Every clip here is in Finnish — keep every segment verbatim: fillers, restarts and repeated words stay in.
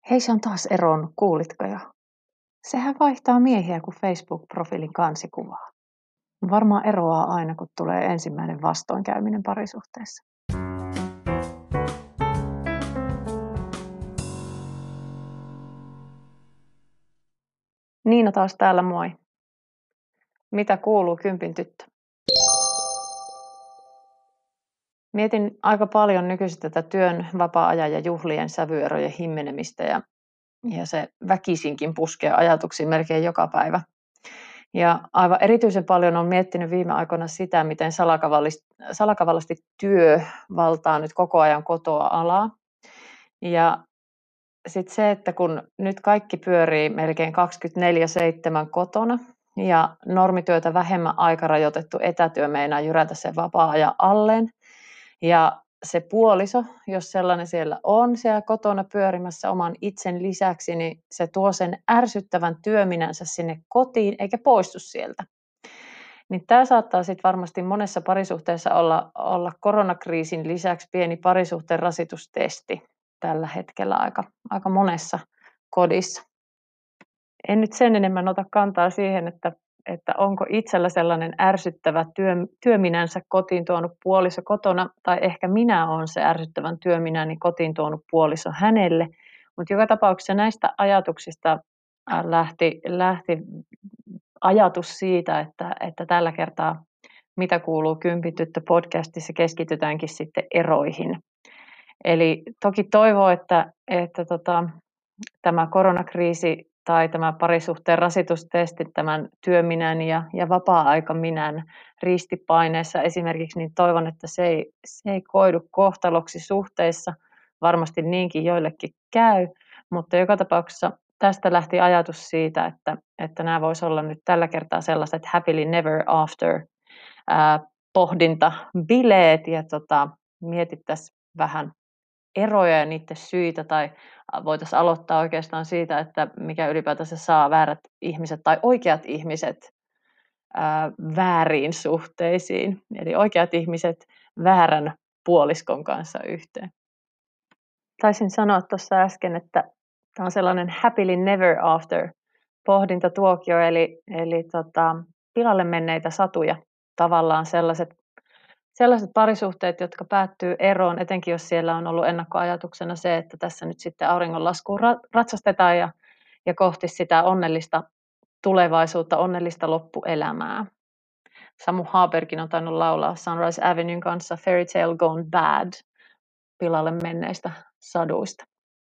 Hei, se on taas eronnut, kuulitko jo? Sehän vaihtaa miehiä kuin Facebook-profiilin kansikuvaa. Varmaan eroaa aina, kun tulee ensimmäinen vastoinkäyminen parisuhteessa. Niina taas täällä, moi. Mitä kuuluu, kympin tyttö? Mietin aika paljon nykyisin tätä työn, vapaa-ajan ja juhlien sävyerojen himmenemistä ja, ja se väkisinkin puskee ajatuksiin melkein joka päivä. Ja aivan erityisen paljon olen miettinyt viime aikoina sitä, miten salakavallasti työ valtaa nyt koko ajan kotoa alaa. Ja sitten se, että kun nyt kaikki pyörii melkein kaksikymmentäneljä seitsemän kotona ja normityötä vähemmän aikarajoitettu etätyö meinaa jyrätä sen vapaa-ajan alleen. Ja se puoliso, jos sellainen siellä on siellä kotona pyörimässä oman itsen lisäksi, niin se tuo sen ärsyttävän työminänsä sinne kotiin eikä poistu sieltä. Niin tämä saattaa sitten varmasti monessa parisuhteessa olla, olla koronakriisin lisäksi pieni parisuhteen rasitustesti tällä hetkellä aika, aika monessa kodissa. En nyt sen enemmän ota kantaa siihen, että, että onko itsellä sellainen ärsyttävä työ, työminänsä kotiin tuonut puoliso kotona, tai ehkä minä olen se ärsyttävän työminäni kotiin tuonut puoliso hänelle. Mutta joka tapauksessa näistä ajatuksista lähti, lähti ajatus siitä, että, että tällä kertaa Mitä kuuluu Kympin tyttö podcastissa keskitytäänkin sitten eroihin. Eli toki toivoo, että, että tota, tämä koronakriisi tai tämä parisuhteen rasitustesti, tämän työminän ja, ja vapaa-aikaminän ristipaineessa esimerkiksi, niin toivon, että se ei, se ei koidu kohtaloksi suhteissa. Varmasti niinkin joillekin käy, mutta joka tapauksessa tästä lähti ajatus siitä, että, että nämä voisi olla nyt tällä kertaa sellaiset happily never after ää, pohdintabileet ja tota, mietittäisiin vähän eroja ja niiden syitä, tai voitaisiin aloittaa oikeastaan siitä, että mikä ylipäätänsä saa väärät ihmiset tai oikeat ihmiset ää, vääriin suhteisiin, eli oikeat ihmiset väärän puoliskon kanssa yhteen. Taisin sanoa tuossa äsken, että tämä on sellainen happily never after pohdintatuokio, eli, eli tota, pilalle menneitä satuja, tavallaan sellaiset Sellaiset parisuhteet, jotka päättyy eroon, etenkin jos siellä on ollut ennakkoajatuksena se, että tässä nyt sitten auringonlaskuun ratsastetaan ja, ja kohti sitä onnellista tulevaisuutta, onnellista loppuelämää. Samu Haberkin on tainnut laulaa Sunrise Avenuen kanssa Fairy Tale Gone Bad pilalle menneistä saduista.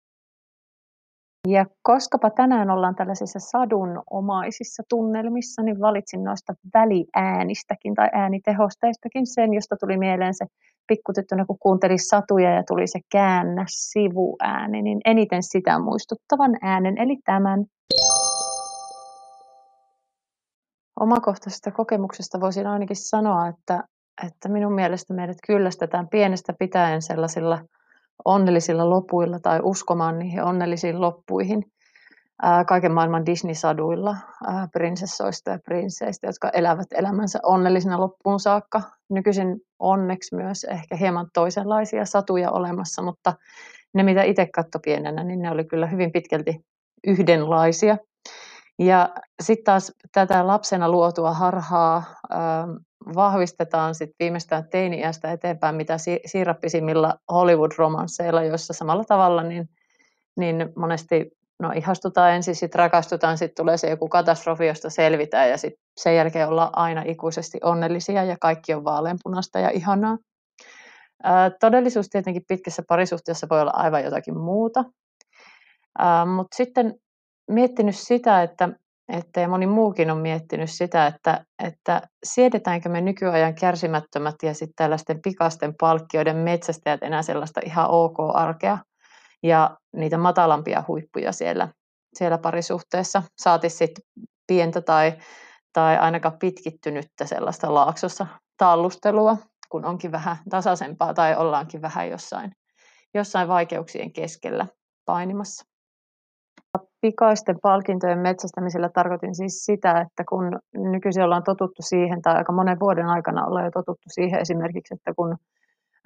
Ja koskapa tänään ollaan tällaisissa sadunomaisissa tunnelmissa, niin valitsin noista väliäänistäkin tai äänitehosteistakin sen, josta tuli mieleen se pikkutyttönä, kun kuunteli satuja ja tuli se käännä sivuääni, niin eniten sitä muistuttavan äänen, eli tämän. Omakohtaisesta kokemuksesta voisin ainakin sanoa, että, että minun mielestä meidät kyllästetään pienestä pitäen sellaisilla onnellisilla lopuilla tai uskomaan niihin onnellisiin loppuihin ää, kaiken maailman Disney-saduilla ää, prinsessoista ja prinsseistä, jotka elävät elämänsä onnellisena loppuun saakka. Nykyisin onneksi myös ehkä hieman toisenlaisia satuja olemassa, mutta ne mitä itse katsoi pienenä, niin ne oli kyllä hyvin pitkälti yhdenlaisia. Ja sitten taas tätä lapsena luotua harhaa ää, vahvistetaan sit viimeistään teini-iästä eteenpäin mitä siirappisimmilla Hollywood-romansseilla, joissa samalla tavalla niin, niin monesti no, ihastutaan ensin, sitten rakastutaan, sitten tulee se joku katastrofi, josta selvitään ja sitten sen jälkeen ollaan aina ikuisesti onnellisia ja kaikki on vaaleanpunasta ja ihanaa. Ää, todellisuus tietenkin pitkässä parisuhteessa voi olla aivan jotakin muuta, mutta sitten miettinyt sitä, että Että ja moni muukin on miettinyt sitä, että, että siedetäänkö me nykyajan kärsimättömät ja sitten tällaisten pikaisten palkkioiden metsästäjät enää sellaista ihan ok arkea ja niitä matalampia huippuja siellä, siellä parisuhteessa. Saati sitten pientä tai, tai ainakaan pitkittynyttä sellaista laaksossa tallustelua, kun onkin vähän tasaisempaa tai ollaankin vähän jossain, jossain vaikeuksien keskellä painimassa. Pikaisten palkintojen metsästämisellä tarkoitin siis sitä, että kun nykyisin ollaan totuttu siihen, tai aika monen vuoden aikana ollaan jo totuttu siihen esimerkiksi, että kun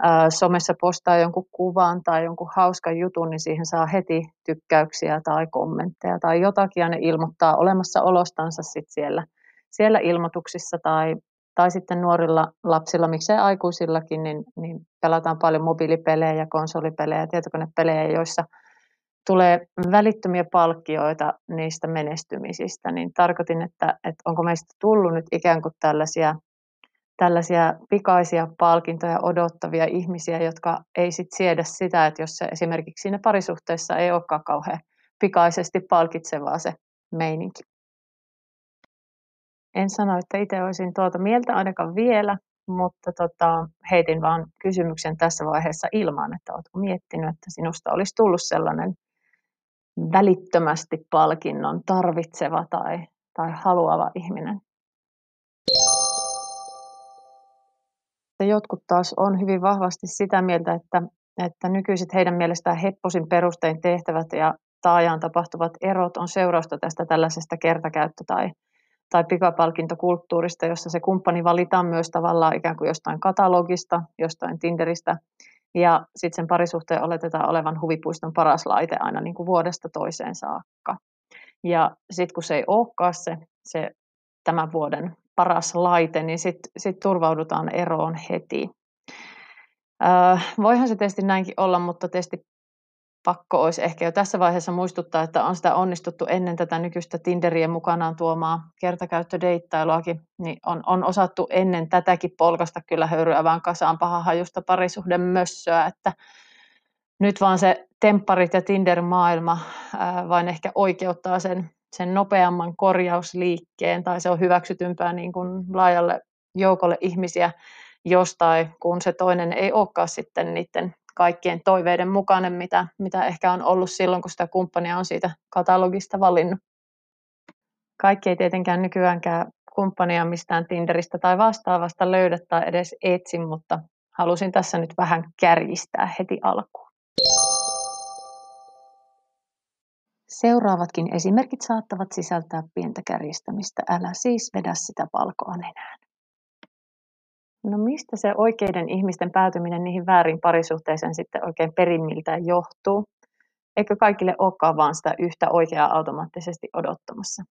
ää, somessa postaa jonkun kuvan tai jonkun hauskan jutun, niin siihen saa heti tykkäyksiä tai kommentteja tai jotakin, ja ne ilmoittaa olemassaolostansa sit siellä, siellä ilmoituksissa tai, tai sitten nuorilla lapsilla, miksei aikuisillakin, niin, niin pelataan paljon mobiilipelejä, konsolipelejä, tietokonepelejä, joissa tulee välittömiä palkkioita niistä menestymisistä, niin tarkoitin, että, että onko meistä tullut nyt ikään kuin tällaisia, tällaisia pikaisia palkintoja odottavia ihmisiä, jotka ei sit siedä sitä, että jos se esimerkiksi siinä parisuhteessa ei olekaan kauhean pikaisesti palkitsevaa se meininki. En sano, että itse olisin tuota mieltä ainakaan vielä, mutta tota, heitin vaan kysymyksen tässä vaiheessa ilmaan, että oletko miettinyt, että sinusta olisi tullut sellainen välittömästi palkinnon tarvitseva tai, tai haluava ihminen. Jotkut taas on hyvin vahvasti sitä mieltä, että, että nykyiset heidän mielestään hepposin perustein tehtävät ja taajaan tapahtuvat erot on seurausta tästä tällaisesta kertakäyttö- tai, tai pikapalkintokulttuurista, jossa se kumppani valitaan myös tavallaan ikään kuin jostain katalogista, jostain Tinderistä, ja sitten sen parisuhteen oletetaan olevan huvipuiston paras laite aina niin kuin vuodesta toiseen saakka. Ja sitten kun se ei olekaan se, se tämän vuoden paras laite, niin sitten sit turvaudutaan eroon heti. Öö, voihan se tietysti näinkin olla, mutta tietysti pakko olisi ehkä jo tässä vaiheessa muistuttaa, että on sitä onnistuttu ennen tätä nykyistä Tinderien mukanaan tuomaa kertakäyttödeittailuakin, niin on, on osattu ennen tätäkin polkasta kyllä höyryävään kasaan pahahajusta parisuhden mössöä, että nyt vaan se tempparit ja Tinder-maailma ää, vain ehkä oikeuttaa sen, sen nopeamman korjausliikkeen, tai se on hyväksytympää niin kuin laajalle joukolle ihmisiä jostain, kun se toinen ei olekaan sitten niiden kaikkien toiveiden mukainen, mitä, mitä ehkä on ollut silloin, kun sitä kumppania on siitä katalogista valinnut. Kaikki ei tietenkään nykyäänkään kumppania mistään Tinderistä tai vastaavasta löydä tai edes etsi, mutta halusin tässä nyt vähän kärjistää heti alkuun. Seuraavatkin esimerkit saattavat sisältää pientä kärjistämistä. Älä siis vedä sitä palkoa nenään. No mistä se oikeiden ihmisten päätyminen niihin väärin parisuhteeseen sitten oikein perimmiltään johtuu? Eikö kaikille olekaan vaan sitä yhtä oikeaa automaattisesti odottamassa?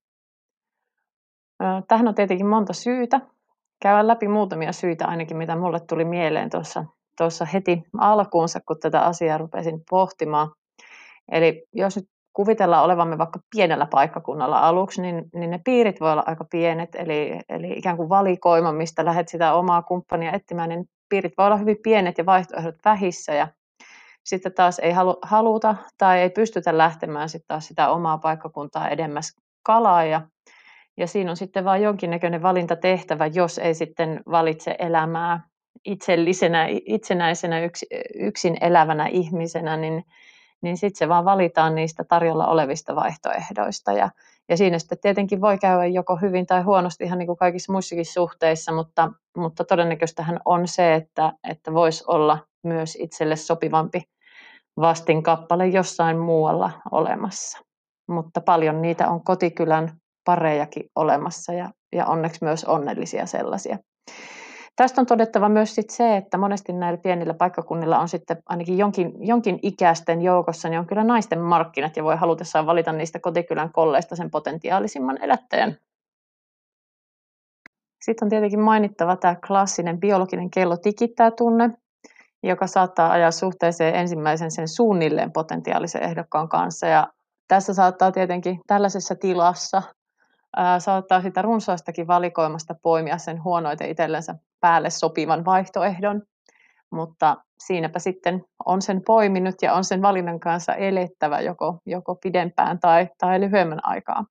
Tähän on tietenkin monta syytä. Käydään läpi muutamia syitä ainakin, mitä mulle tuli mieleen tuossa, tuossa heti alkuunsa, kun tätä asiaa rupesin pohtimaan. Eli jos nyt kuvitellaan olevamme vaikka pienellä paikkakunnalla aluksi, niin, niin ne piirit voi olla aika pienet, eli, eli ikään kuin valikoima, mistä lähdet sitä omaa kumppania etsimään, niin piirit voi olla hyvin pienet ja vaihtoehdot vähissä, ja sitten taas ei halu, haluta tai ei pystytä lähtemään sitten taas sitä omaa paikkakuntaa edemmäs kalaa, ja, ja siinä on sitten vain jonkinnäköinen valinta tehtävä, jos ei sitten valitse elämää itsellisenä, itsenäisenä yks, yksin elävänä ihmisenä, niin niin sitten se vaan valitaan niistä tarjolla olevista vaihtoehdoista. Ja, ja siinä sitten tietenkin voi käydä joko hyvin tai huonosti, ihan niin kuin kaikissa muissakin suhteissa, mutta, mutta todennäköistähän on se, että, että voisi olla myös itselle sopivampi vastinkappale jossain muualla olemassa. Mutta paljon niitä on kotikylän parejakin olemassa ja, ja onneksi myös onnellisia sellaisia. Tästä on todettava myös sit se, että monesti näillä pienillä paikkakunnilla on sitten ainakin jonkin, jonkin ikäisten joukossa, niin on kyllä naisten markkinat ja voi halutessaan valita niistä kotikylän kolleista sen potentiaalisimman elättäjän. Sitten on tietenkin mainittava tämä klassinen biologinen kello tikittää tunne, joka saattaa ajaa suhteeseen ensimmäisen sen suunnilleen potentiaalisen ehdokkaan kanssa. Ja tässä saattaa tietenkin tällaisessa tilassa ää, saattaa sitä runsaastakin valikoimasta poimia sen huonoiten itsellensä päälle sopivan vaihtoehdon, mutta siinäpä sitten on sen poiminut ja on sen valinnan kanssa elettävä joko, joko pidempään tai, tai lyhyemmän aikaa.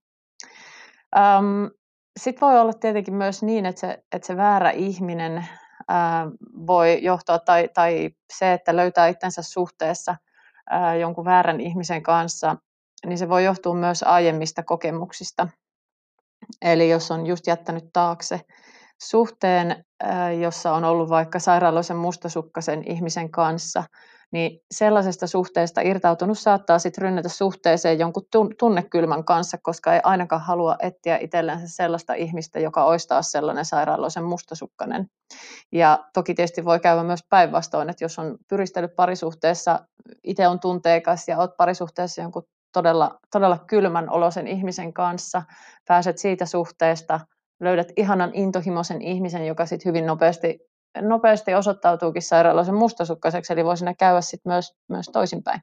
Ähm, Sitten voi olla tietenkin myös niin, että se, että se väärä ihminen ää, voi johtaa, tai, tai se, että löytää itsensä suhteessa ää, jonkun väärän ihmisen kanssa, niin se voi johtua myös aiemmista kokemuksista. Eli jos on just jättänyt taakse suhteen, jossa on ollut vaikka sairaaloisen mustasukkaisen ihmisen kanssa, niin sellaisesta suhteesta irtautunut saattaa sitten rynnätä suhteeseen jonkun tunnekylmän kanssa, koska ei ainakaan halua etsiä itsellensä sellaista ihmistä, joka olisi taas sellainen sairaaloisen mustasukkainen. Ja toki tietysti voi käydä myös päinvastoin, että jos on pyristellyt parisuhteessa, itse on tunteikas ja olet parisuhteessa jonkun todella, todella kylmän olosen ihmisen kanssa, pääset siitä suhteesta, löydät ihanan intohimoisen ihmisen, joka sitten hyvin nopeasti, nopeasti osoittautuukin sairaaloisen mustasukkaiseksi, eli voi siinä käydä sitten myös, myös toisinpäin.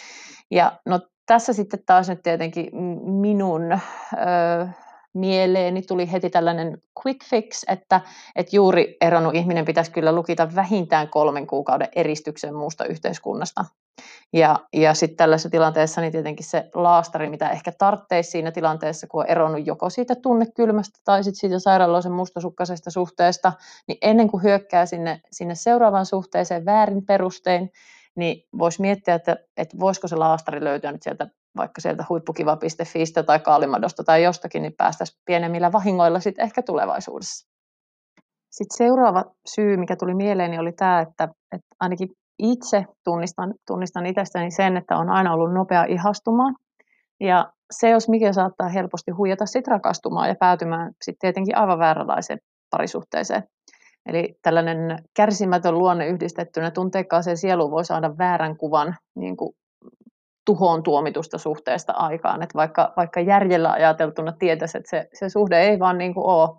Ja no tässä sitten taas nyt tietenkin minun ö, mieleeni tuli heti tällainen quick fix, että, että juuri eronnut ihminen pitäisi kyllä lukita vähintään kolmen kuukauden eristyksen muusta yhteiskunnasta. Ja, ja sitten tällaisessa tilanteessa niin tietenkin se laastari, mitä ehkä tarvitsisi siinä tilanteessa, kun on eronnut joko siitä tunnekylmästä tai sitten siitä sairaaloisen mustasukkaisesta suhteesta, niin ennen kuin hyökkää sinne, sinne seuraavaan suhteeseen väärin perustein, niin voisi miettiä, että, että voisiko se laastari löytyä nyt sieltä vaikka sieltä huippukiva piste fistä tai Kaalimadosta tai jostakin, niin päästäisiin pienemmillä vahingoilla sitten ehkä tulevaisuudessa. Sitten seuraava syy, mikä tuli mieleeni, oli tämä, että, että ainakin itse tunnistan, tunnistan itsestäni sen, että on aina ollut nopea ihastumaan. Ja se, jos mikä saattaa helposti huijata sit rakastumaan ja päätymään sitten tietenkin aivan vääränlaiseen parisuhteeseen. Eli tällainen kärsimätön luonne yhdistettynä tunteikkaaseen sieluun voi saada väärän kuvan niin kuin tuhoon tuomitusta suhteesta aikaan. Että vaikka, vaikka järjellä ajateltuna tietäisi, että se, se suhde ei vaan niin kuin ole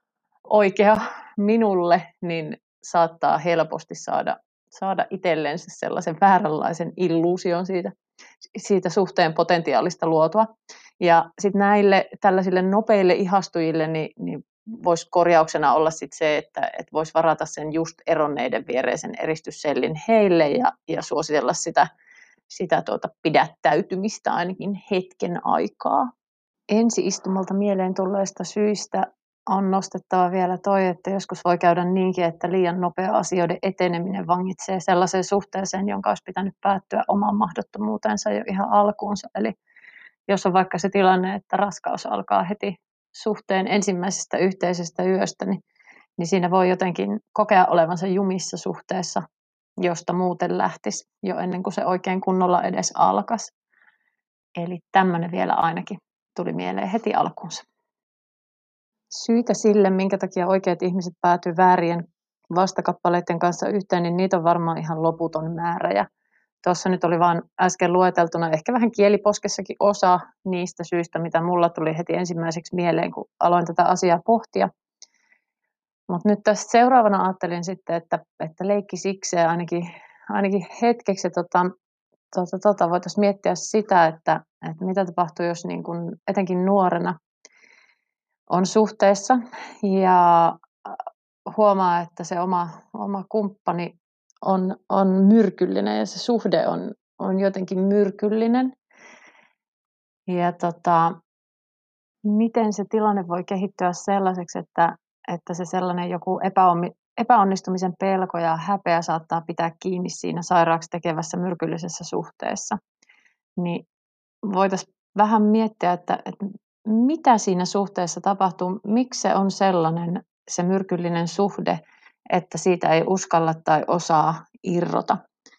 oikea minulle, niin saattaa helposti saada, saada itsellensä sellaisen vääränlaisen illuusion siitä, siitä suhteen potentiaalista luotua. Ja sitten näille tällaisille nopeille ihastujille niin, niin voisi korjauksena olla sit se, että et voisi varata sen just eronneiden viereisen eristyssellin heille ja, ja suositella sitä, sitä tuota pidättäytymistä ainakin hetken aikaa. Ensi-istumalta mieleen tulleista syistä on nostettava vielä toi, että joskus voi käydä niinkin, että liian nopea asioiden eteneminen vangitsee sellaiseen suhteeseen, jonka olisi pitänyt päättyä omaan mahdottomuutensa jo ihan alkuunsa. Eli jos on vaikka se tilanne, että raskaus alkaa heti suhteen ensimmäisestä yhteisestä yöstä, niin, niin siinä voi jotenkin kokea olevansa jumissa suhteessa, josta muuten lähtisi jo ennen kuin se oikein kunnolla edes alkaisi. Eli tämmöinen vielä ainakin tuli mieleen heti alkuunsa. Syitä sille, minkä takia oikeat ihmiset päätyy väärien vastakappaleiden kanssa yhteen, niin niitä on varmaan ihan loputon määrä. Ja tuossa nyt oli vaan äsken lueteltuna ehkä vähän kieliposkessakin osa niistä syistä, mitä mulla tuli heti ensimmäiseksi mieleen, kun aloin tätä asiaa pohtia. Mutta nyt tässä seuraavana ajattelin sitten, että, että leikki sikseen ainakin, ainakin hetkeksi tota, tota, tota, voitaisiin miettiä sitä, että, että mitä tapahtuu, jos niin kun etenkin nuorena on suhteessa ja huomaa, että se oma, oma kumppani on, on myrkyllinen ja se suhde on, on jotenkin myrkyllinen. Ja tota, miten se tilanne voi kehittyä sellaiseksi, että, että se sellainen joku epäonnistumisen pelko ja häpeä saattaa pitää kiinni siinä sairaaksi tekevässä myrkyllisessä suhteessa. Niin voitaisiin vähän miettiä, että, että mitä siinä suhteessa tapahtuu, miksi se on sellainen se myrkyllinen suhde, että siitä ei uskalla tai osaa irrota.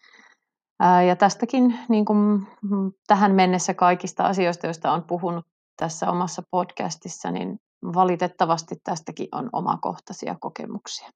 Ja tästäkin niin kuin tähän mennessä kaikista asioista, joista olen puhunut tässä omassa podcastissa, niin valitettavasti tästäkin on omakohtaisia kokemuksia.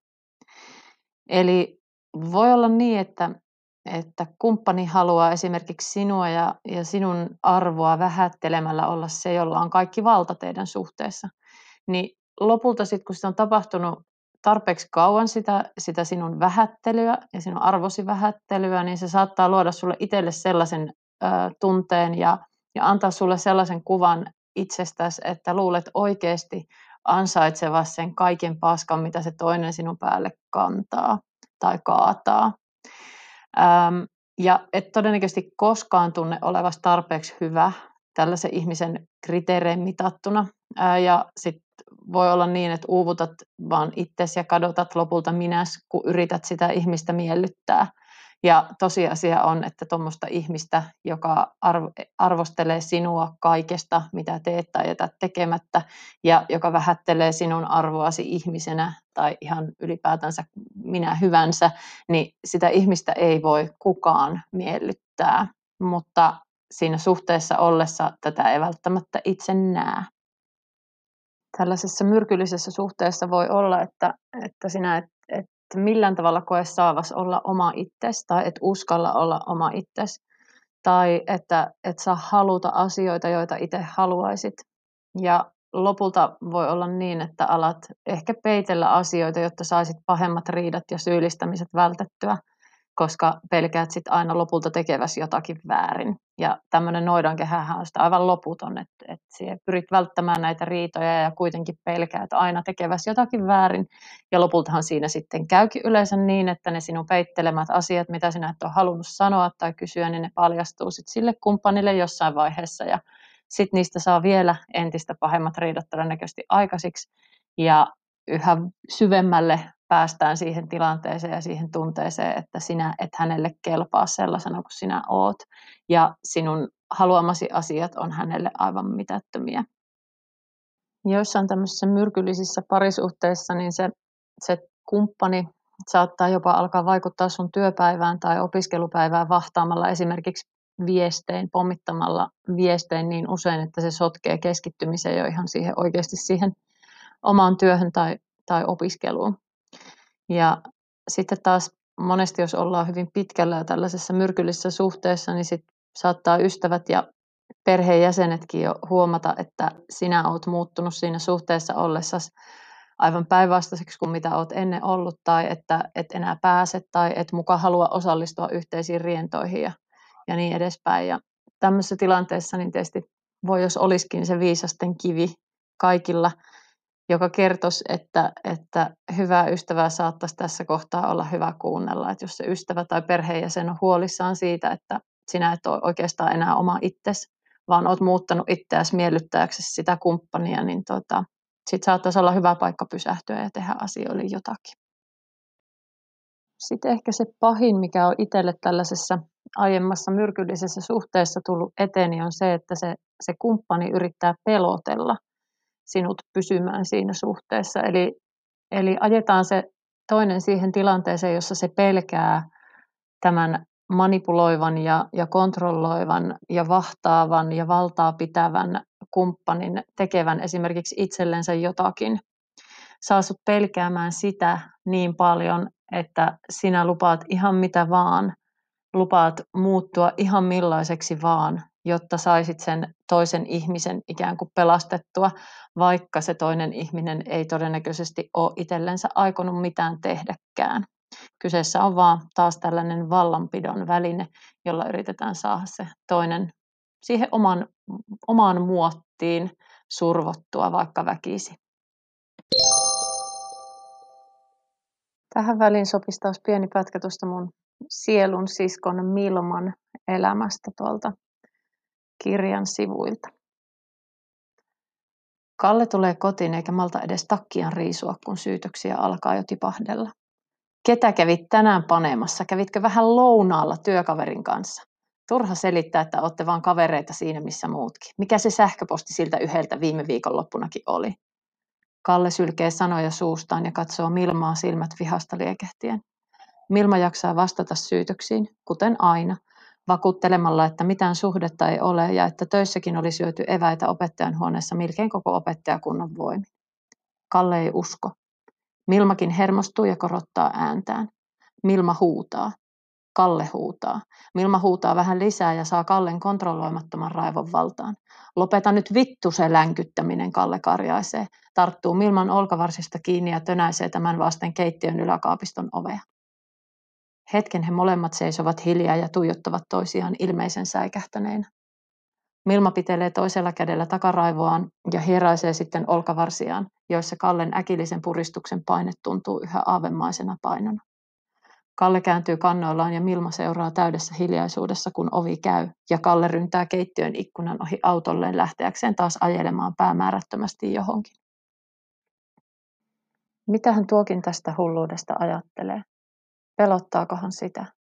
Eli voi olla niin, että, että kumppani haluaa esimerkiksi sinua ja, ja sinun arvoa vähättelemällä olla se, jolla on kaikki valta teidän suhteessa. Niin lopulta sitten, kun sitä on tapahtunut tarpeeksi kauan sitä, sitä sinun vähättelyä ja sinun arvosi vähättelyä, niin se saattaa luoda sulle itselle sellaisen ö, tunteen ja, ja antaa sulle sellaisen kuvan itsestäsi, että luulet oikeasti ansaitsevasi sen kaiken paskan, mitä se toinen sinun päälle kantaa tai kaataa. Öm, ja et todennäköisesti koskaan tunne olevasi tarpeeksi hyvä tällaisen ihmisen kriteerein mitattuna. Ää, ja sitten voi olla niin, että uuvutat vaan itsesi ja kadotat lopulta minäs, kun yrität sitä ihmistä miellyttää. Ja tosiasia on, että tuommoista ihmistä, joka arvostelee sinua kaikesta, mitä teet tai jätät tekemättä, ja joka vähättelee sinun arvoasi ihmisenä tai ihan ylipäätänsä minä hyvänsä, niin sitä ihmistä ei voi kukaan miellyttää. Mutta siinä suhteessa ollessa tätä ei välttämättä itse näe. Tällaisessa myrkyllisessä suhteessa voi olla, että, että sinä et, et millään tavalla koe saavas olla oma itsesi tai et uskalla olla oma itsesi tai että et saa haluta asioita, joita itse haluaisit. Ja lopulta voi olla niin, että alat ehkä peitellä asioita, jotta saisit pahemmat riidat ja syyllistämiset vältettyä, koska pelkäät sit aina lopulta tekeväsi jotakin väärin. Ja tämmöinen noidankehähän on sitä aivan loputon, että, että pyrit välttämään näitä riitoja ja kuitenkin pelkäät aina tekeväsi jotakin väärin. Ja lopultahan siinä sitten käykin yleensä niin, että ne sinun peittelemät asiat, mitä sinä et ole halunnut sanoa tai kysyä, niin ne paljastuu sitten sille kumppanille jossain vaiheessa. Ja sitten niistä saa vielä entistä pahemmat riidat todennäköisesti aikaisiksi. Ja yhä syvemmälle päästään siihen tilanteeseen ja siihen tunteeseen, että sinä et hänelle kelpaa sellaisena kuin sinä oot. Ja sinun haluamasi asiat on hänelle aivan mitättömiä. Joissain tämmöisissä myrkyllisissä parisuhteissa niin se, se kumppani saattaa jopa alkaa vaikuttaa sun työpäivään tai opiskelupäivään vahtaamalla esimerkiksi viestein, pommittamalla viestein niin usein, että se sotkee keskittymisen jo ihan siihen oikeasti siihen omaan työhön tai, tai opiskeluun. Ja sitten taas monesti, jos ollaan hyvin pitkällä ja tällaisessa myrkyllisessä suhteessa, niin sit saattaa ystävät ja perheenjäsenetkin jo huomata, että sinä oot muuttunut siinä suhteessa ollessasi aivan päinvastaiseksi kuin mitä oot ennen ollut, tai että et enää pääse, tai et muka halua osallistua yhteisiin rientoihin ja, ja niin edespäin. Ja tämmöisessä tilanteessa niin tietysti voi, jos olisikin se viisasten kivi kaikilla, joka kertoisi, että, että hyvää ystävää saattaisi tässä kohtaa olla hyvä kuunnella. Että jos se ystävä tai perheenjäsen on huolissaan siitä, että sinä et ole oikeastaan enää oma itsesi, vaan olet muuttanut itseäsi miellyttääksesi sitä kumppania, niin tota, sitten saattaisi olla hyvä paikka pysähtyä ja tehdä asioille jotakin. Sitten ehkä se pahin, mikä on itselle tällaisessa aiemmassa myrkyllisessä suhteessa tullut eteen, niin on se, että se, se kumppani yrittää pelotella sinut pysymään siinä suhteessa. Eli, eli ajetaan se toinen siihen tilanteeseen, jossa se pelkää tämän manipuloivan ja, ja kontrolloivan ja vahtaavan ja valtaa pitävän kumppanin tekevän esimerkiksi itsellensä jotakin. Saa sut pelkäämään sitä niin paljon, että sinä lupaat ihan mitä vaan, lupaat muuttua ihan millaiseksi vaan, jotta saisit sen toisen ihmisen ikään kuin pelastettua, vaikka se toinen ihminen ei todennäköisesti ole itsellensä aikonut mitään tehdäkään. Kyseessä on vaan taas tällainen vallanpidon väline, jolla yritetään saada se toinen siihen oman, omaan muottiin survottua vaikka väkisi. Tähän väliin sopisi taas pieni pätkä tuosta mun sielun siskon Milman elämästä tuolta kirjan sivuilta. Kalle tulee kotiin eikä malta edes takkiaan riisua, kun syytöksiä alkaa jo tipahdella. Ketä kävit tänään paneemassa? Kävitkö vähän lounaalla työkaverin kanssa? Turha selittää, että olette vaan kavereita siinä missä muutkin. Mikä se sähköposti siltä yhdeltä viime viikonloppunakin oli? Kalle sylkee sanoja suustaan ja katsoo Milmaa silmät vihasta liekehtien. Milma jaksaa vastata syytöksiin, kuten aina, vakuuttelemalla, että mitään suhdetta ei ole ja että töissäkin oli syöty eväitä opettajan huoneessa melkein koko opettajakunnan voimin. Kalle ei usko. Milmakin hermostuu ja korottaa ääntään. Milma huutaa. Kalle huutaa. Milma huutaa vähän lisää ja saa Kallen kontrolloimattoman raivon valtaan. Lopeta nyt vittu se länkyttäminen, Kalle karjaisee. Tarttuu Milman olkavarsista kiinni ja tönäisee tämän vasten keittiön yläkaapiston ovea. Hetken he molemmat seisovat hiljaa ja tuijottavat toisiaan ilmeisen säikähtäneinä. Milma pitelee toisella kädellä takaraivoaan ja hieraisee sitten olkavarsiaan, joissa Kallen äkillisen puristuksen paine tuntuu yhä aavemaisena painona. Kalle kääntyy kannoillaan ja Milma seuraa täydessä hiljaisuudessa, kun ovi käy, ja Kalle ryntää keittiön ikkunan ohi autolleen lähteäkseen taas ajelemaan päämäärättömästi johonkin. Mitä hän tuokin tästä hulluudesta ajattelee? Pelottaakohan sitä?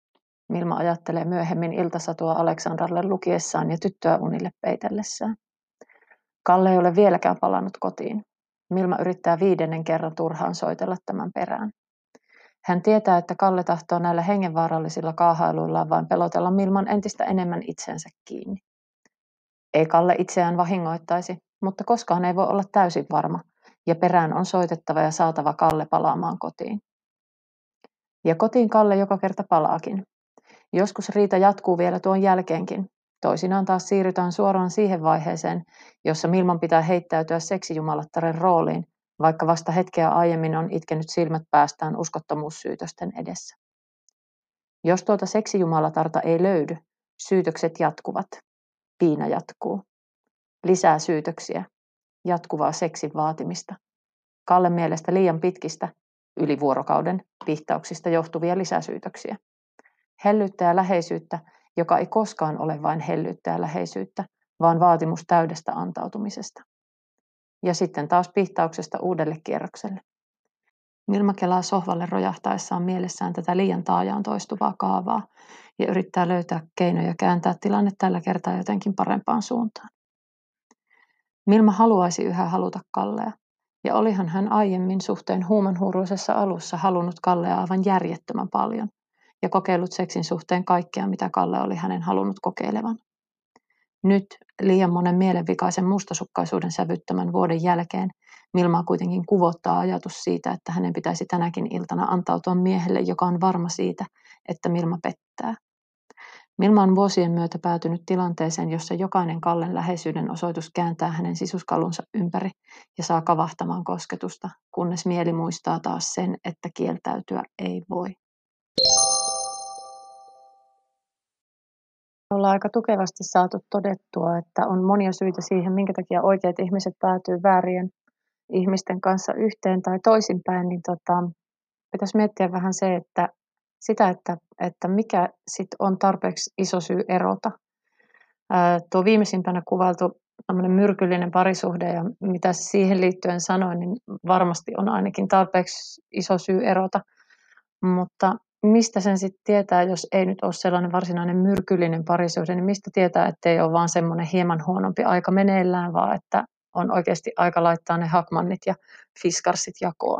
Milma ajattelee myöhemmin iltasatua Aleksandralle lukiessaan ja tyttöä unille peitellessään. Kalle ei ole vieläkään palannut kotiin. Milma yrittää viidennen kerran turhaan soitella tämän perään. Hän tietää, että Kalle tahtoo näillä hengenvaarallisilla kaahailuillaan vain pelotella Milman entistä enemmän itsensä kiinni. Ei Kalle itseään vahingoittaisi, mutta koskaan ei voi olla täysin varma, ja perään on soitettava ja saatava Kalle palaamaan kotiin. Ja kotiin Kalle joka kerta palaakin. Joskus riita jatkuu vielä tuon jälkeenkin. Toisinaan taas siirrytään suoraan siihen vaiheeseen, jossa Milman pitää heittäytyä seksijumalattaren rooliin, vaikka vasta hetkeä aiemmin on itkenyt silmät päästään uskottomuussyytösten edessä. Jos tuota seksijumalatarta ei löydy, syytökset jatkuvat. Piina jatkuu. Lisää syytöksiä. Jatkuvaa seksin vaatimista. Kallen mielestä liian pitkistä, yli vuorokauden, pihtauksista johtuvia lisäsyytöksiä. Hellyyttä ja läheisyyttä, joka ei koskaan ole vain hellyyttä ja läheisyyttä, vaan vaatimus täydestä antautumisesta. Ja sitten taas pihtauksesta uudelle kierrokselle. Milma kelaa sohvalle rojahtaessaan mielessään tätä liian taajaan toistuvaa kaavaa ja yrittää löytää keinoja kääntää tilanne tällä kertaa jotenkin parempaan suuntaan. Milma haluaisi yhä haluta Kallea, ja olihan hän aiemmin suhteen huumanhuuruisessa alussa halunnut Kallea aivan järjettömän paljon ja kokeillut seksin suhteen kaikkea, mitä Kalle oli hänen halunnut kokeilevan. Nyt, liian monen mielenvikaisen mustasukkaisuuden sävyttämän vuoden jälkeen, Milmaa kuitenkin kuvottaa ajatus siitä, että hänen pitäisi tänäkin iltana antautua miehelle, joka on varma siitä, että Milma pettää. Milma on vuosien myötä päätynyt tilanteeseen, jossa jokainen Kallen läheisyyden osoitus kääntää hänen sisuskalunsa ympäri ja saa kavahtamaan kosketusta, kunnes mieli muistaa taas sen, että kieltäytyä ei voi. Ollaan aika tukevasti saatu todettua, että on monia syitä siihen, minkä takia oikeat ihmiset päätyy väärien ihmisten kanssa yhteen tai toisinpäin, niin tota, pitäisi miettiä vähän se, että sitä, että, että mikä sit on tarpeeksi iso syy erota. Ää, tuo viimeisimpänä kuvailtu myrkyllinen parisuhde ja mitä siihen liittyen sanoin, niin varmasti on ainakin tarpeeksi iso syy erota, mutta mistä sen sitten tietää, jos ei nyt ole sellainen varsinainen myrkyllinen parisuhde, niin mistä tietää, ettei ole vaan semmoinen hieman huonompi aika meneillään, vaan että on oikeasti aika laittaa ne hakmannit ja fiskarsit jakoon.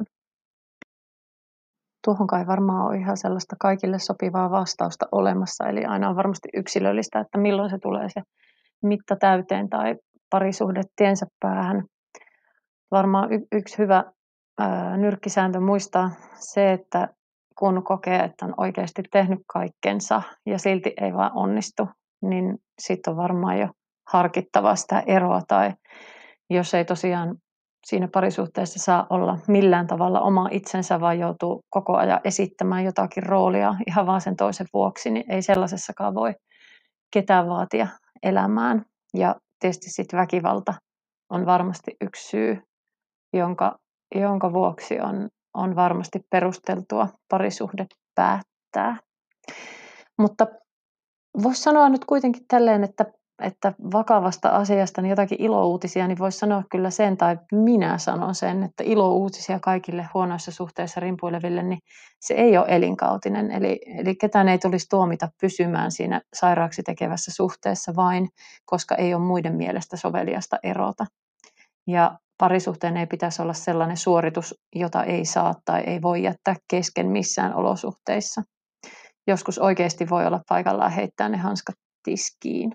Tuohon kai varmaan on ihan sellaista kaikille sopivaa vastausta olemassa, eli aina on varmasti yksilöllistä, että milloin se tulee se mitta täyteen tai parisuhde tiensä päähän. Varmaan y- yksi hyvä ää, nyrkkisääntö muistaa se, että kun kokee, että on oikeasti tehnyt kaikkensa ja silti ei vaan onnistu, niin sitten on varmaan jo harkittava sitä eroa, tai jos ei tosiaan siinä parisuhteessa saa olla millään tavalla oma itsensä, vaan joutuu koko ajan esittämään jotakin roolia ihan vaan sen toisen vuoksi, niin ei sellaisessakaan voi ketään vaatia elämään. Ja tietysti sitten väkivalta on varmasti yksi syy, jonka, jonka vuoksi on, on varmasti perusteltua parisuhde päättää. Mutta voisi sanoa nyt kuitenkin tälleen, että että vakavasta asiasta niin jotakin ilouutisia, niin voisi sanoa kyllä sen, tai minä sanon sen, että ilouutisia kaikille huonoissa suhteissa rimpuileville, niin se ei ole elinkautinen. Eli, eli ketään ei tulisi tuomita pysymään siinä sairaaksi tekevässä suhteessa vain, koska ei ole muiden mielestä soveliasta erota. Ja parisuhteen ei pitäisi olla sellainen suoritus, jota ei saa tai ei voi jättää kesken missään olosuhteissa. Joskus oikeasti voi olla paikallaan heittää ne hanskat tiskiin.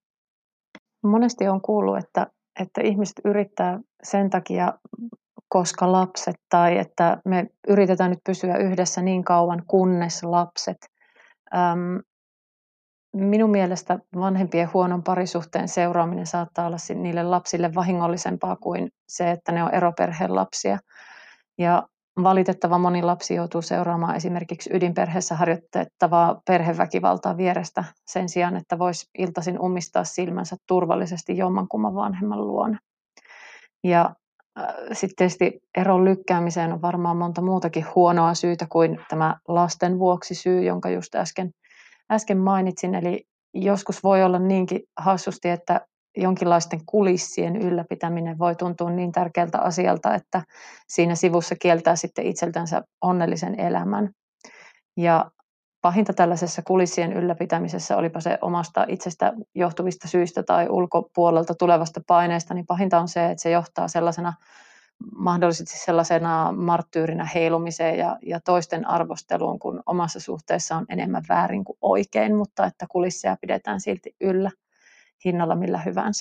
Monesti on kuullut, että, että ihmiset yrittää sen takia, koska lapset, tai että me yritetään nyt pysyä yhdessä niin kauan, kunnes lapset. Ähm, minun mielestä vanhempien huonon parisuhteen seuraaminen saattaa olla niille lapsille vahingollisempaa kuin se, että ne on eroperheen lapsia. Ja valitettava moni lapsi joutuu seuraamaan esimerkiksi ydinperheessä harjoitettavaa perheväkivaltaa vierestä sen sijaan, että voisi iltaisin ummistaa silmänsä turvallisesti jommankumman vanhemman luona. Ja äh, sitten tietysti eron lykkäämiseen on varmaan monta muutakin huonoa syytä kuin tämä lasten vuoksi syy, jonka just äsken, äsken mainitsin. Eli joskus voi olla niinkin hassusti, että jonkinlaisten kulissien ylläpitäminen voi tuntua niin tärkeältä asialta, että siinä sivussa kieltää sitten itseltänsä onnellisen elämän. Ja pahinta tällaisessa kulissien ylläpitämisessä, olipa se omasta itsestä johtuvista syistä tai ulkopuolelta tulevasta paineesta, niin pahinta on se, että se johtaa sellaisena mahdollisesti sellaisena marttyyrinä heilumiseen ja, ja toisten arvosteluun, kun omassa suhteessa on enemmän väärin kuin oikein, mutta että kulisseja pidetään silti yllä hinnalla millä hyvänsä.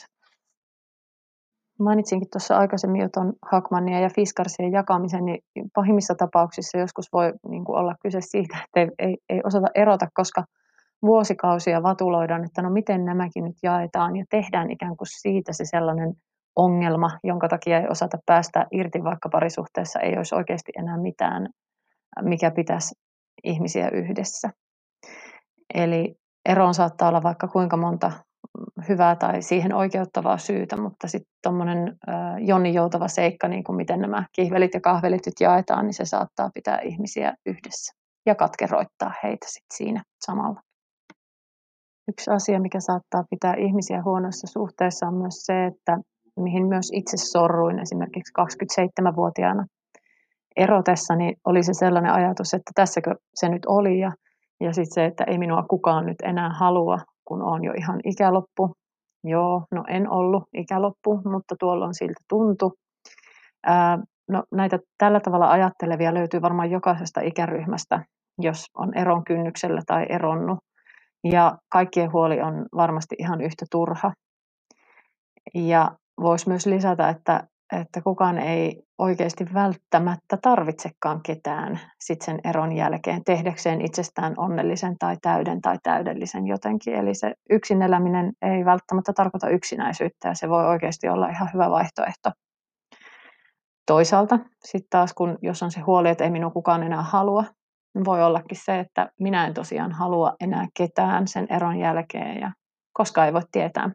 Mainitsinkin tuossa aikaisemmin jo tuon Hackmania ja Fiskarsien jakamisen, niin pahimmissa tapauksissa joskus voi niin kuin olla kyse siitä, että ei, ei, ei osata erota, koska vuosikausia vatuloidaan, että no miten nämäkin nyt jaetaan ja tehdään ikään kuin siitä se sellainen ongelma, jonka takia ei osata päästä irti, vaikka parisuhteessa ei olisi oikeasti enää mitään, mikä pitäisi ihmisiä yhdessä. Eli eroon saattaa olla vaikka kuinka monta hyvää tai siihen oikeuttavaa syytä, mutta sitten tuommoinen jonninjoutava seikka, niin kuin miten nämä kihvelit ja kahvelit nyt jaetaan, niin se saattaa pitää ihmisiä yhdessä ja katkeroittaa heitä sitten siinä samalla. Yksi asia, mikä saattaa pitää ihmisiä huonoissa suhteissa, on myös se, että mihin myös itse sorruin esimerkiksi kaksikymmentäseitsemänvuotiaana erotessani, oli se sellainen ajatus, että tässäkö se nyt oli ja, ja sitten se, että ei minua kukaan nyt enää halua, kun on jo ihan ikäloppu. Joo, no en ollut ikäloppu, mutta tuolla on siltä tuntu. Ää, no näitä tällä tavalla ajattelevia löytyy varmaan jokaisesta ikäryhmästä, jos on eron kynnyksellä tai eronnut. Ja kaikkien huoli on varmasti ihan yhtä turha. Ja voisi myös lisätä, että, että kukaan ei oikeasti välttämättä tarvitsekaan ketään sit sen eron jälkeen tehdäkseen itsestään onnellisen tai täyden tai täydellisen jotenkin. Eli se yksin eläminen ei välttämättä tarkoita yksinäisyyttä ja se voi oikeasti olla ihan hyvä vaihtoehto. Toisaalta sitten taas, kun jos on se huoli, että ei minua kukaan enää halua, voi ollakin se, että minä en tosiaan halua enää ketään sen eron jälkeen ja koska ei voi tietää.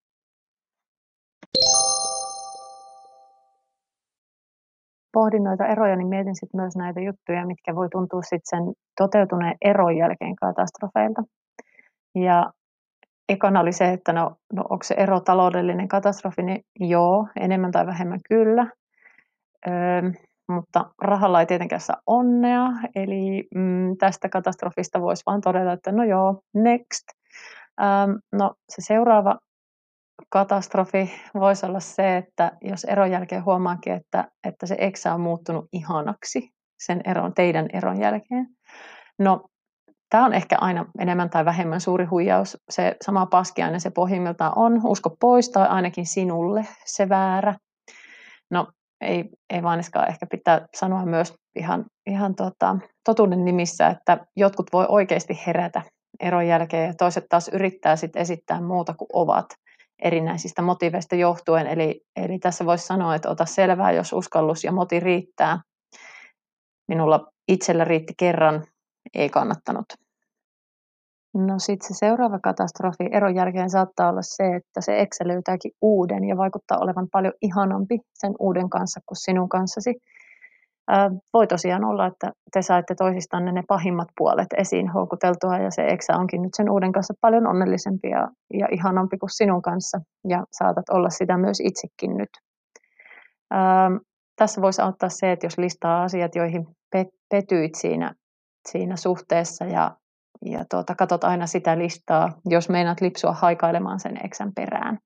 Pohdin noita eroja, niin mietin sit myös näitä juttuja, mitkä voi tuntua sit sen toteutuneen eron jälkeen katastrofeilta. Ja ekana oli se, että no, no onko se ero taloudellinen katastrofi, niin joo, enemmän tai vähemmän kyllä. Öö, mutta rahalla ei tietenkään saa onnea, eli mm, tästä katastrofista voisi vaan todeta, että no joo, next. Öö, no se seuraava katastrofi voisi olla se, että jos eron jälkeen huomaakin, että, että se eksä on muuttunut ihanaksi sen eron, teidän eron jälkeen. No, tämä on ehkä aina enemmän tai vähemmän suuri huijaus. Se sama paskiainen se pohjimmiltaan on, usko pois tai ainakin sinulle se väärä. No, ei, ei vaaniskaan ehkä pitää sanoa myös ihan, ihan tota, totuuden nimissä, että jotkut voi oikeasti herätä eron jälkeen ja toiset taas yrittää sit esittää muuta kuin ovat erinäisistä motiiveista johtuen. Eli, eli tässä voisi sanoa, että ota selvää, jos uskallus ja moti riittää. Minulla itsellä riitti kerran, ei kannattanut. No sitten se seuraava katastrofi eron jälkeen saattaa olla se, että se eksä löytääkin uuden ja vaikuttaa olevan paljon ihanampi sen uuden kanssa kuin sinun kanssasi. Ää, voi tosiaan olla, että te saitte toisistanne ne pahimmat puolet esiin houkuteltua ja se eksä onkin nyt sen uuden kanssa paljon onnellisempi ja, ja ihanampi kuin sinun kanssa ja saatat olla sitä myös itsekin nyt. Ää, tässä voisi auttaa se, että jos listaa asiat, joihin pet, petyit siinä, siinä suhteessa ja Ja tuota, katot aina sitä listaa, jos meinaat lipsua haikailemaan sen eksän perään.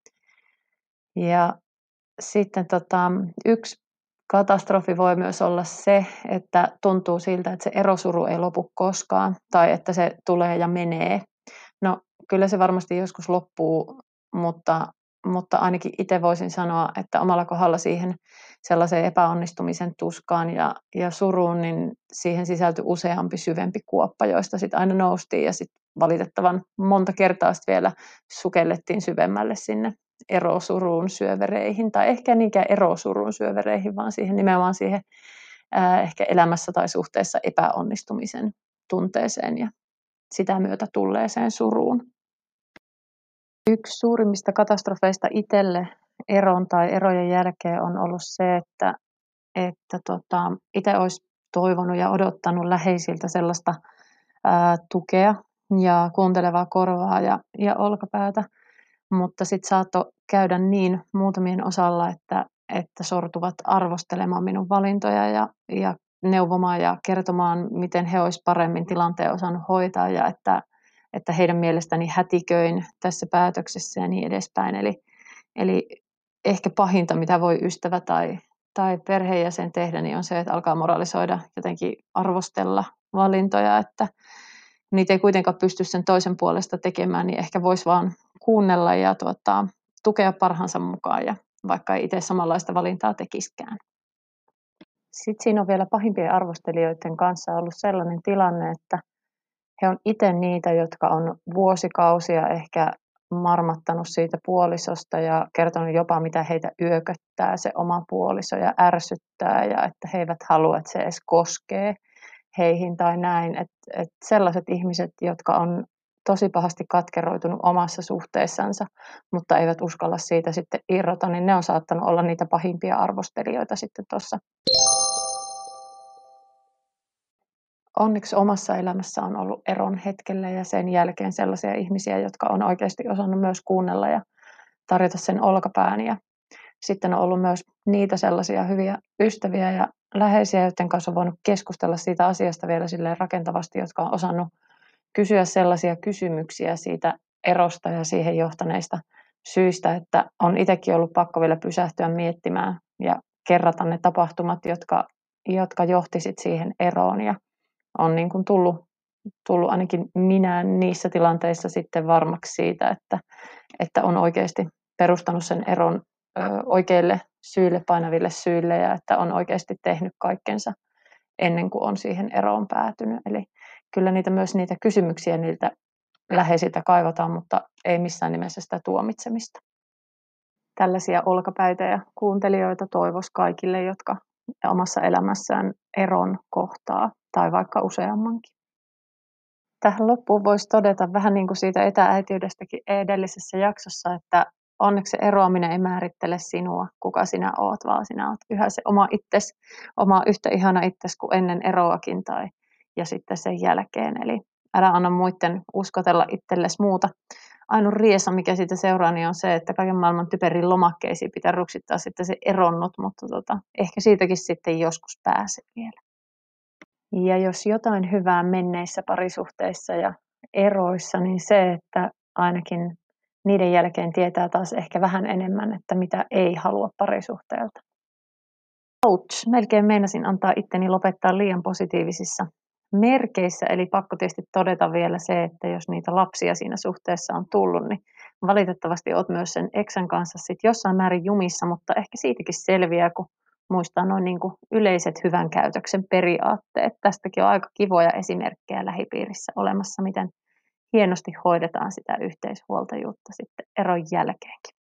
Ja sitten tota, yksi katastrofi voi myös olla se, että tuntuu siltä, että se erosuru ei lopu koskaan tai että se tulee ja menee. No kyllä se varmasti joskus loppuu, mutta, mutta ainakin itse voisin sanoa, että omalla kohdalla siihen sellaiseen epäonnistumisen tuskaan ja, ja suruun, niin siihen sisältyi useampi syvempi kuoppa, joista sitten aina noustiin ja sitten valitettavan monta kertaa sit vielä sukellettiin syvemmälle sinne erosuruun syövereihin, tai ehkä niinkään erosuruun syövereihin, vaan siihen nimenomaan siihen ää, ehkä elämässä tai suhteessa epäonnistumisen tunteeseen ja sitä myötä tulleeseen suruun. Yksi suurimmista katastrofeista itselle eron tai erojen jälkeen on ollut se, että, että tota, itse olisi toivonut ja odottanut läheisiltä sellaista ää, tukea ja kuuntelevaa korvaa ja, ja olkapäätä, mutta sitten saattoi käydä niin muutamien osalla, että, että sortuvat arvostelemaan minun valintoja ja, ja neuvomaan ja kertomaan, miten he olisivat paremmin tilanteen osannut hoitaa ja että, että heidän mielestäni hätiköin tässä päätöksessä ja niin edespäin. Eli, eli ehkä pahinta, mitä voi ystävä tai, tai perheenjäsen tehdä, niin on se, että alkaa moralisoida, jotenkin arvostella valintoja, että niitä ei kuitenkaan pysty sen toisen puolesta tekemään, niin ehkä voisi vaan kuunnella ja tuota, tukea parhaansa mukaan, ja vaikka ei itse samanlaista valintaa tekiskään. Sitten siinä on vielä pahimpien arvostelijoiden kanssa ollut sellainen tilanne, että he on itse niitä, jotka on vuosikausia ehkä marmattanut siitä puolisosta ja kertonut jopa, mitä heitä yököttää se oma puoliso ja ärsyttää ja että he eivät halua, että se edes koskee heihin tai näin. Että et sellaiset ihmiset, jotka on tosi pahasti katkeroitunut omassa suhteessansa, mutta eivät uskalla siitä sitten irrota, niin ne on saattanut olla niitä pahimpia arvostelijoita sitten tuossa. Onneksi omassa elämässä on ollut eron hetkellä ja sen jälkeen sellaisia ihmisiä, jotka on oikeasti osannut myös kuunnella ja tarjota sen olkapään. Ja sitten on ollut myös niitä sellaisia hyviä ystäviä ja läheisiä, joiden kanssa on voinut keskustella siitä asiasta vielä silleen rakentavasti, jotka on osannut kysyä sellaisia kysymyksiä siitä erosta ja siihen johtaneista syistä, että on itsekin ollut pakko vielä pysähtyä miettimään ja kerrata ne tapahtumat, jotka, jotka johti sit siihen eroon. Ja on niin kuin tullut, tullut ainakin minä niissä tilanteissa sitten varmaksi siitä, että, että on oikeasti perustanut sen eron ö, oikeille syille, painaville syille ja että on oikeasti tehnyt kaikkensa ennen kuin on siihen eroon päätynyt. Eli kyllä niitä myös niitä kysymyksiä niiltä läheisiltä kaivataan, mutta ei missään nimessä sitä tuomitsemista. Tällaisia olkapäitä ja kuuntelijoita toivoisi kaikille, jotka omassa elämässään eron kohtaa tai vaikka useammankin. Tähän loppuun voisi todeta vähän niin kuin siitä etääitiydestäkin edellisessä jaksossa, että onneksi se eroaminen ei määrittele sinua, kuka sinä oot, vaan sinä oot yhä se oma itses, oma yhtä ihana itses kuin ennen eroakin tai ja sitten sen jälkeen. Eli älä anna muiden uskotella itsellesi muuta. Ainut riesa, mikä siitä seuraa, niin on se, että kaiken maailman typerin lomakkeisiin pitää ruksittaa sitten se eronnut, mutta tota, ehkä siitäkin sitten joskus pääsee vielä. Ja jos jotain hyvää menneissä parisuhteissa ja eroissa, niin se, että ainakin niiden jälkeen tietää taas ehkä vähän enemmän, että mitä ei halua parisuhteelta. Ouch, melkein meinasin antaa itteni lopettaa liian positiivisissa merkeissä, eli pakko tietysti todeta vielä se, että jos niitä lapsia siinä suhteessa on tullut, niin valitettavasti olet myös sen eksän kanssa sit jossain määrin jumissa, mutta ehkä siitäkin selviää, kun muistaa noin niin kuin yleiset hyvän käytöksen periaatteet. Tästäkin on aika kivoja esimerkkejä lähipiirissä olemassa, miten hienosti hoidetaan sitä yhteishuoltajuutta sitten eron jälkeenkin.